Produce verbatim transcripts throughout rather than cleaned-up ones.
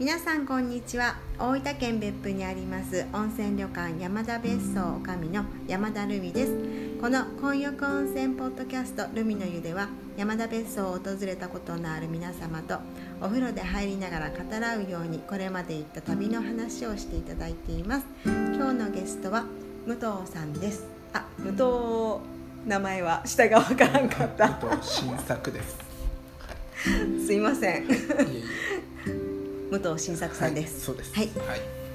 皆さんこんにちは。大分県別府にあります温泉旅館山田別荘女将の山田るみです。この混浴温泉ポッドキャストるみの湯では、山田別荘を訪れたことのある皆様とお風呂で入りながら語らうように、これまで行った旅の話をしていただいています。今日のゲストは武藤さんです。あ、武藤、名前は下がわからんかった。 武藤新作ですすいません。 いえいえ武藤新作さんです。 はい、そうです。 はい、 はい、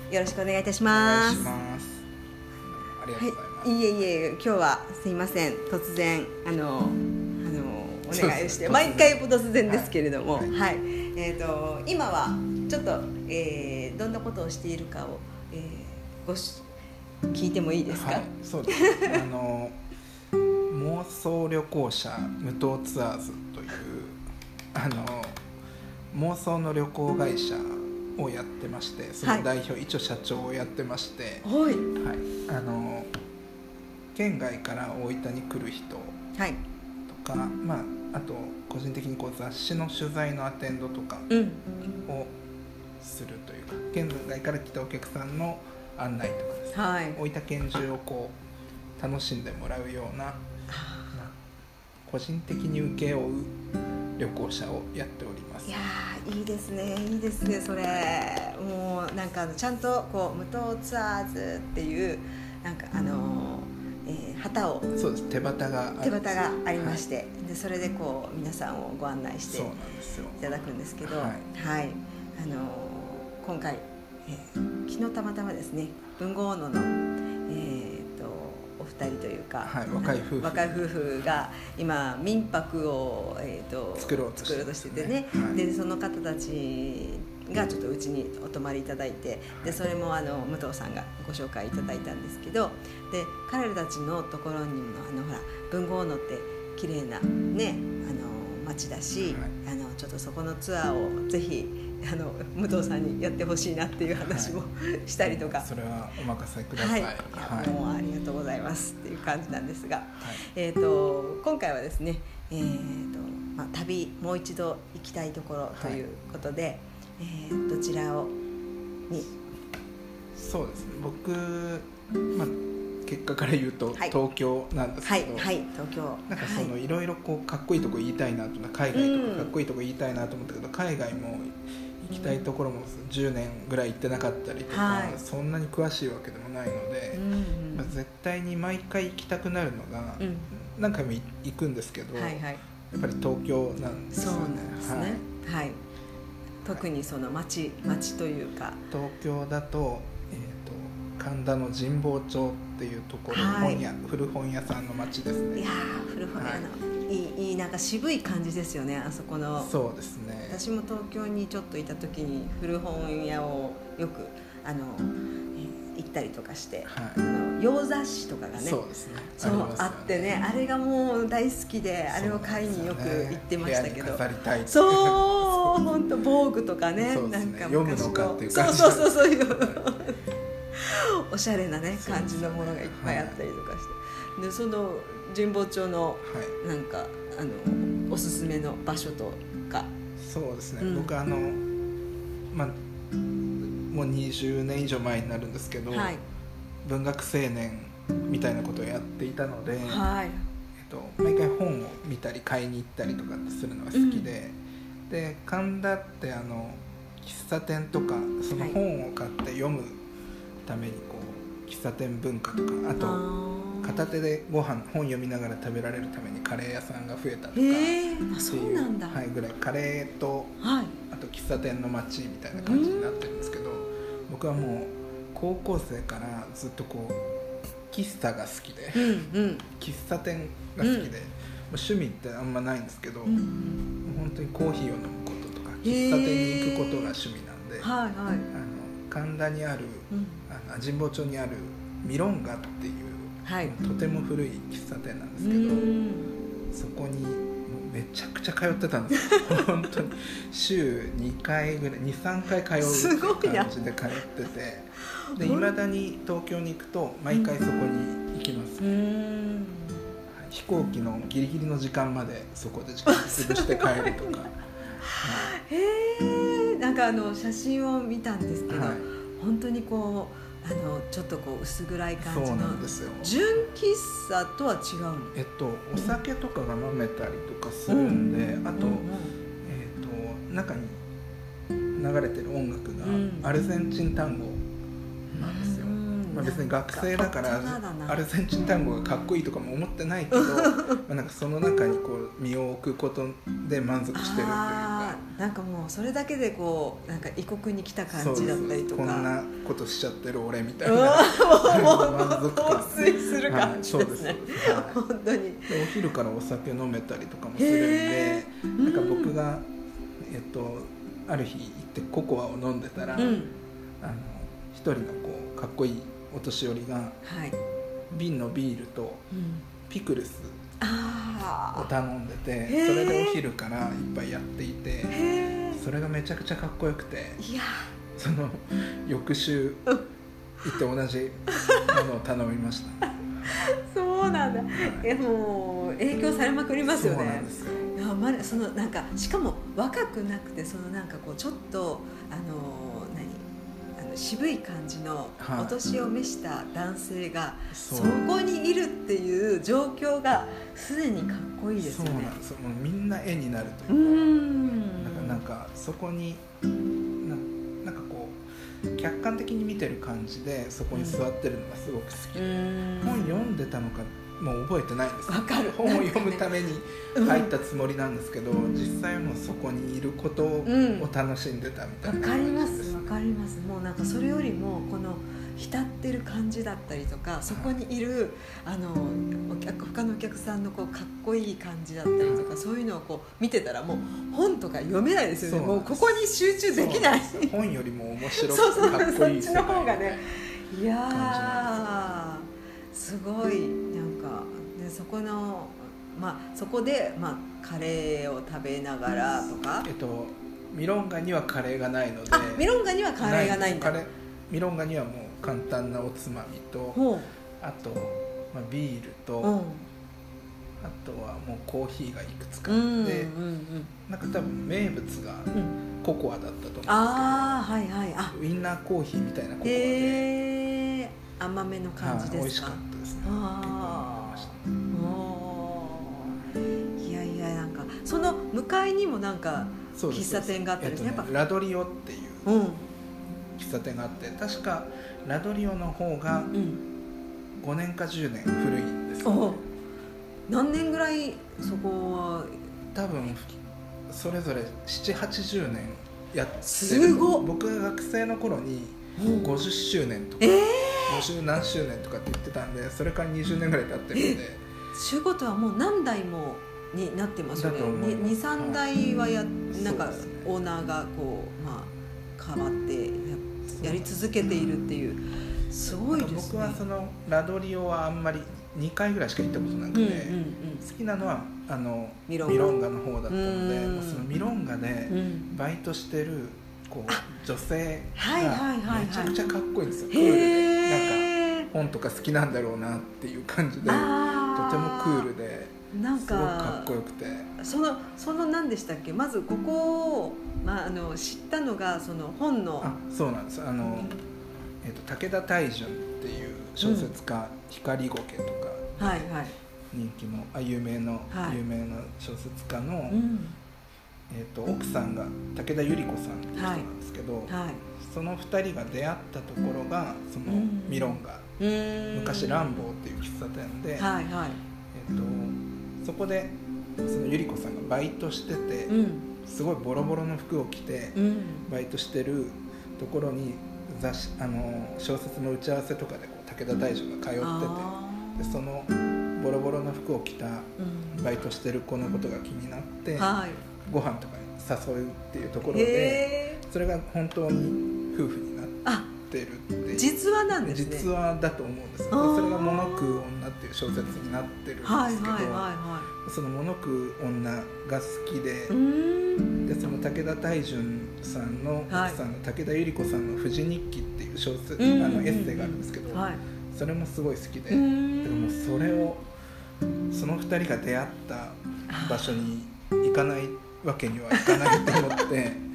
よろしくお願いいたします。 お願いします。ありがとうございます。 はい、いえいえ、今日はすいません、突然あのあのお願いをして、毎回突然ですけれども、はい、はい、えーと今はちょっと、えー、どんなことをしているかを、えー、ごし聞いてもいいですか？ はい、そうです。あの妄想旅行者無糖ツアーズというあの妄想の旅行会社をやってまして、その代表、はい、一応社長をやってまして、 はい、 はい、あの県外から大分に来る人とか、はい、まあ、あと個人的にこう雑誌の取材のアテンドとかをするというか、うん、県外から来たお客さんの案内とかですね、はい、大分県中をこう楽しんでもらうような、まあ、個人的に請け負う旅行者をやっております。 いやー、いいですね、いいですね、それもうなんかちゃんとこう無糖ツアーズっていうなんかあの、えー、旗を、 そうです、手旗が手旗がありまして、はい、でそれでこう皆さんをご案内していただくんですけど、はい、はい、あの今回、えー、昨日たまたまですね、文豪野の、えーお二人というか、 はい、若い夫婦若い夫婦が今民泊を、えー、と作ろうとして、ね、 作ろうとしててね、はい、でその方たちがちょっとうちにお泊まりいただいて、はい、でそれもあの武藤さんがご紹介いただいたんですけど、で彼らたちのところにもあのほら文豪野って綺麗なね、あの街だし、はい、あのちょっとそこのツアーをぜひあの武藤さんにやってほしいなっていう話も、はい、したりとか、 それはお任せください。 はい、はい、もうありがとうございますっていう感じなんですが、はい、えー、と今回はですね、えーとまあ、旅もう一度行きたいところということで、はい、えー、どちらをにそうですね、僕、まあ、結果から言うと東京なんですけど、 はいはいはい、東京なんかその、はい、いろいろこうかっこいいとこ言いたいなとか、海外とかかっこいいとこ言いたいなと思ったけど、うん、海外も行きたいところもじゅうねんぐらい行ってなかったりとか、はい、そんなに詳しいわけでもないので、うんまあ、絶対に毎回行きたくなるのが、うん、何回も行くんですけど、はいはい、やっぱり東京なんですよね。 そうなんですね、はいはい、特にその街、街というか東京だと、えーと、神田の神保町っていうところ、はい、本屋古本屋さんの街ですね。 いや古本屋の、はい、いい、いいなんか渋い感じですよね、あそこの。 そうですね、 私も東京にちょっといた時に古本屋をよくあの行ったりとかして、はい、あの洋雑誌とかがね、そうですね、そう あ, ねあってね、あれがもう大好きで、あれを買いによく行ってましたけど、 部屋に飾りたいってそう本当防具とか ね, そうですね、 なんか読むのかっていう感じ、 そうそうそうそうおしゃれなね感じのものがいっぱいあったりとかして、でその神保町の、はい、なんかあのおすすめの場所とか。 そうですね、うん、僕あの、まあ、もうにじゅうねん以上前になるんですけど、はい、文学青年みたいなことをやっていたので、はい、えっと、毎回本を見たり買いに行ったりとかするのが好きで、うん、で神田ってあの喫茶店とかその本を買って読むためにこう喫茶店文化とか、あと片手でご飯本読みながら食べられるためにカレー屋さんが増えたとかっていう、 あ、そうなんだ、 はい、ぐらいカレーと、はい、あと喫茶店の街みたいな感じになってるんですけど、僕はもう高校生からずっとこう喫茶が好きで、うんうん、喫茶店が好きで、うん、趣味ってあんまないんですけど、うん、本当にコーヒーを飲むこととか喫茶店に行くことが趣味なんで、はいはい、あの神田にある、うん、あの神保町にあるミロンガっていう、はい、とても古い喫茶店なんですけど、うん、そこにめちゃくちゃ通ってたんですよ本当に週にかいぐらい にさんかい通うっていう感じで通ってて、で未だに東京に行くと毎回そこに行きます、うん、飛行機のギリギリの時間までそこで時間潰して帰るとかへえ、なんかあの写真を見たんですけど、 はい、 本当にこうあのちょっとこう薄暗い感じの純喫茶とは違うの。 えっとお酒とかが飲めたりとかするんで、うん、あと、うんうん、えっと中に流れてる音楽がアルゼンチン単語なんですよ、うん、まあ、別に学生だからアルゼンチン単語がかっこいいとかも思ってないけどまあなんかその中にこう身を置くことで満足してるというか、 なんかもうそれだけでこうなんか異国に来た感じだったりとか、 こんなことしちゃってる俺みたいな満足感放水する感じですね、はい、本当に。 でお昼からお酒飲めたりとかもするんで、なんか僕がえっとある日行ってココアを飲んでたら、うん、あの一人のこうかっこいいお年寄りが、はい、瓶のビールとピクルスを頼んでて、それでお昼からいっぱいやっていて、それがめちゃくちゃかっこよくて、 いやその翌週行って同じものを頼みましたそうなんだ、はい、もう影響されまくりますよね。 そうなんですよ。 あまりそのなんかしかも若くなくて、そのなんかこうちょっとあの何あの渋い感じのお年を召した男性がそこにいるっていう状況がすでにかっこいいですよね。 そうなんですよ。もうみんな絵になるというか、うん、なんかなんかそこにな、なんかこう客観的に見てる感じでそこに座ってるのがすごく好きで、うん、本読んでたのかもう覚えてないんです。 わかる。 本を読むために入ったつもりなんですけど、うん、実際はもうそこにいることを楽しんでたみたいな、 わかりますわかります。もうなんかそれよりもこの浸ってる感じだったりとか、そこにいるあのお客他のお客さんのこうかっこいい感じだったりとか、そういうのをこう見てたらもう本とか読めないですよね。もうここに集中できない。 本よりも面白くてかっこいい世界。 そっちの方がね。いやーすごいなんか、ね、そこのまあそこで、まあ、カレーを食べながらとか、 えっとミロンガにはカレーがないので、 あミロンガにはカレーがないんだ。 カレーミロンガにはもう簡単なおつまみと、あと、まあ、ビールと、うん、あとはもうコーヒーがいくつかあって、うんうんうん、なんか多分名物がココアだったと思うんですけど、あ、はいはい、あウインナーコーヒーみたいなココアで、 へー甘めの感じですか。 美味しかったですね。 あ結構いやいや、なんかその向かいにもなんか喫茶店があったり、 えっとね、やっぱラドリオっていう、うん喫茶店があって、確かラドリオの方がごねんかじゅうねん古いんですよ、ね、 うん、何年ぐらいそこは多分それぞれななじゅうはちじゅうねんやってる。 すごっ。 僕が学生の頃にごじゅっしゅうねんとか、えー、ごじゅう何周年とかって言ってたんで、それからにじゅうねんぐらい経ってるんで、 仕事はもう何代もになってますよね。に、さんだいはや、なんかオーナーがこう、まあ、変わってやり続けているっていう、すごいですね。 僕はそのラドリオはあんまりにかいぐらいしか行ったことなくて、うんうんうん、好きなのはあのミロンガの方だったので、もうそのミロンガでバイトしてるこう女性がめちゃくちゃかっこいいんですよ。クールで、なんか本とか好きなんだろうなっていう感じで、とてもクールで、なんかすごくかっこよくて、 そのその何でしたっけ、まずここを、まあ、あの知ったのがその本の、 あ、そうなんです。あの、えーと、武田大淳っていう小説家、うん、光苔とか、はいはい、人気のあ有名の、はい、有名な小説家の、うん、えーと、奥さんが武田百合子さんっていう人なんですけど、はいはい、そのふたりが出会ったところがそのミロンガ、うん、昔ランボーっていう喫茶店で、はいはい、えーとそこでその百合子さんがバイトしてて、うん、すごいボロボロの服を着てバイトしてるところに雑誌あの小説の打ち合わせとかでこう武田大淳が通ってて、でそのボロボロの服を着たバイトしてる子のことが気になって、うん、ご飯とかに誘うっていうところで、それが本当に夫婦になってるっていう実話なんですね。実話だと思うんですけど、それが物食う女っていう小説になってるんですけど、はいはいはいはい、その物食う女が好きで、でその武田大淳さんの奥さんの武田百合子さんの富士日記っていう小説、あのエッセイがあるんですけど、はい、それもすごい好きで、でもそれをそのふたりが出会った場所に行かないわけにはいかないと思って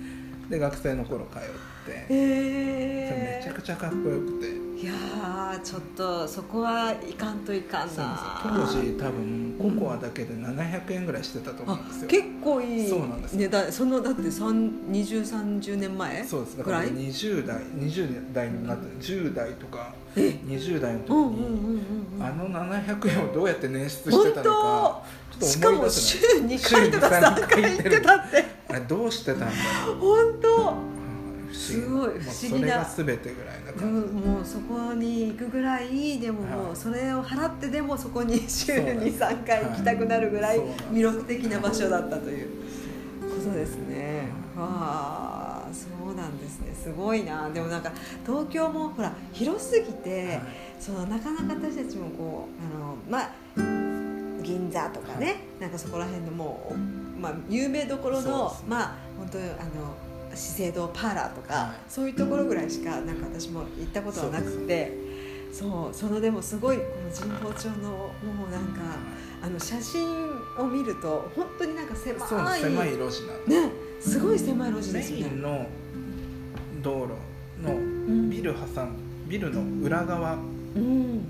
で学生の頃通って、 えめちゃくちゃかっこよくて、 いやーちょっとそこはいかんといかんな。 当時多分ココアだけでななひゃくえんぐらいしてたと思うんですよ。 結構いいそうなんです値段。そのだってにじゅう、さんじゅうねんまえそうです。だからにじゅう代にじゅう代になってじゅう代とかにじゅう代の時にあのななひゃくえんをどうやって捻出してたのかちょっと思い出せない。 しかも週にかいとかさんかい行ってたって。 あれどうしてたんだろう。 本当すごい不思議な。 それが全てぐらいな感じ、 うん、もうそこに行くぐらいでも、もうそれを払ってでもそこに週にさんかい行きたくなるぐらい魅力的な場所だったということですね。わあ、そうなんですね。すごいな。でもなんか東京もほら広すぎて、はい、そのなかなか私たちもこうあのまあ銀座とかね、はい、なんかそこら辺のもう、まあ、有名どころの、ね、まあ本当にあの資生堂パーラーとか、はい、そういうところぐらいしかなんか私も行ったことはなくて、そう、そのでもすごいこの神保町のもうなんかあの写真を見ると本当になんか狭い、 そう狭い路地なんです、ね、すごい狭い路地ですよね。 メインの道路のビル挟ん、うん、ビルの裏側、うん、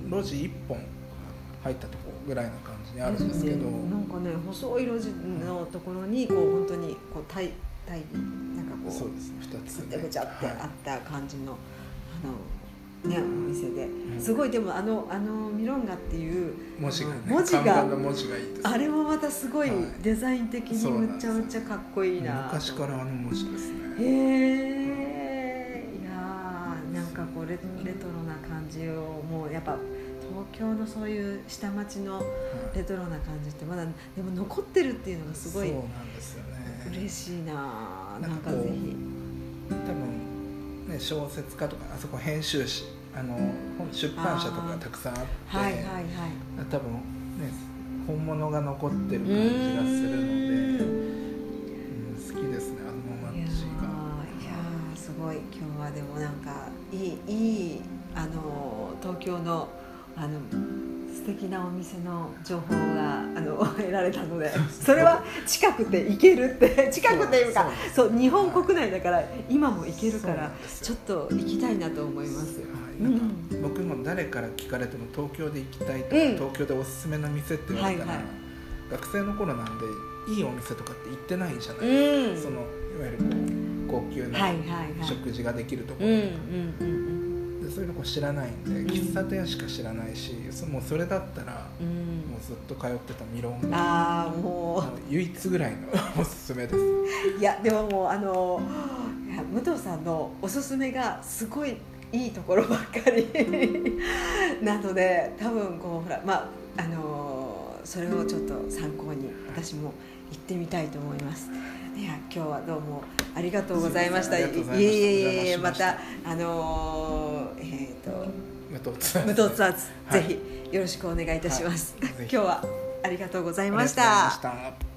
路地いっぽん入ったところぐらいな感じにあるんですけど、 ね、なんかね細い路地のところにこう本当にこう対対なんかこう、 そうですね、ふたつぐちゃってあった感じの、はい、あのねお店で、うん、すごいでもあのあのミロンガっていう文字がね、 文字が看板の文字がいいです、ね、 あれもまたすごいデザイン的にむちゃむちゃかっこいいな。 昔からあの文字ですね。 へえ、いやなんかこう レ, レトロな感じをもうやっぱ東京のそういう下町のレトロな感じってまだでも残ってるっていうのがすごい、 そうなんですよね。 嬉しいな。なんかぜひ多分ね小説家とかあそこ編集誌あの出版社とかたくさんあって、 はいはいはい、 多分ね本物が残ってる感じがするので、うん、好きですねあの街が。いやーすごい今日はでもなんかいいいいあの東京のあの素敵なお店の情報があの得られたので、それは近くて行けるって近くていうかそう、日本国内だから今も行けるからちょっと行きたいなと思います。 はい、なんか僕も誰から聞かれても東京で行きたいとか、うん、東京でおすすめの店って言われたら、はいはい、学生の頃なんでいいお店とかって行ってないじゃないですか、うん、そのいわゆるこう高級な食事ができるところとか、そういうとこ知らないんで、うん、喫茶店しか知らないし、もうそれだったら、うん、もうずっと通ってたミロンが、 あーもう唯一ぐらいのおすすめです。 いやでももうあの武藤さんのおすすめがすごいいいところばっかりなので、多分こうほらまああのそれをちょっと参考に私も行ってみたいと思います。いや今日はどうもありがとうございました。いえいえいえ、またあのー、えっ、ー、と無糖ツアーズ、 無糖ツアーズ、はい、ぜひよろしくお願いいたします。はい、今日はありがとうございました。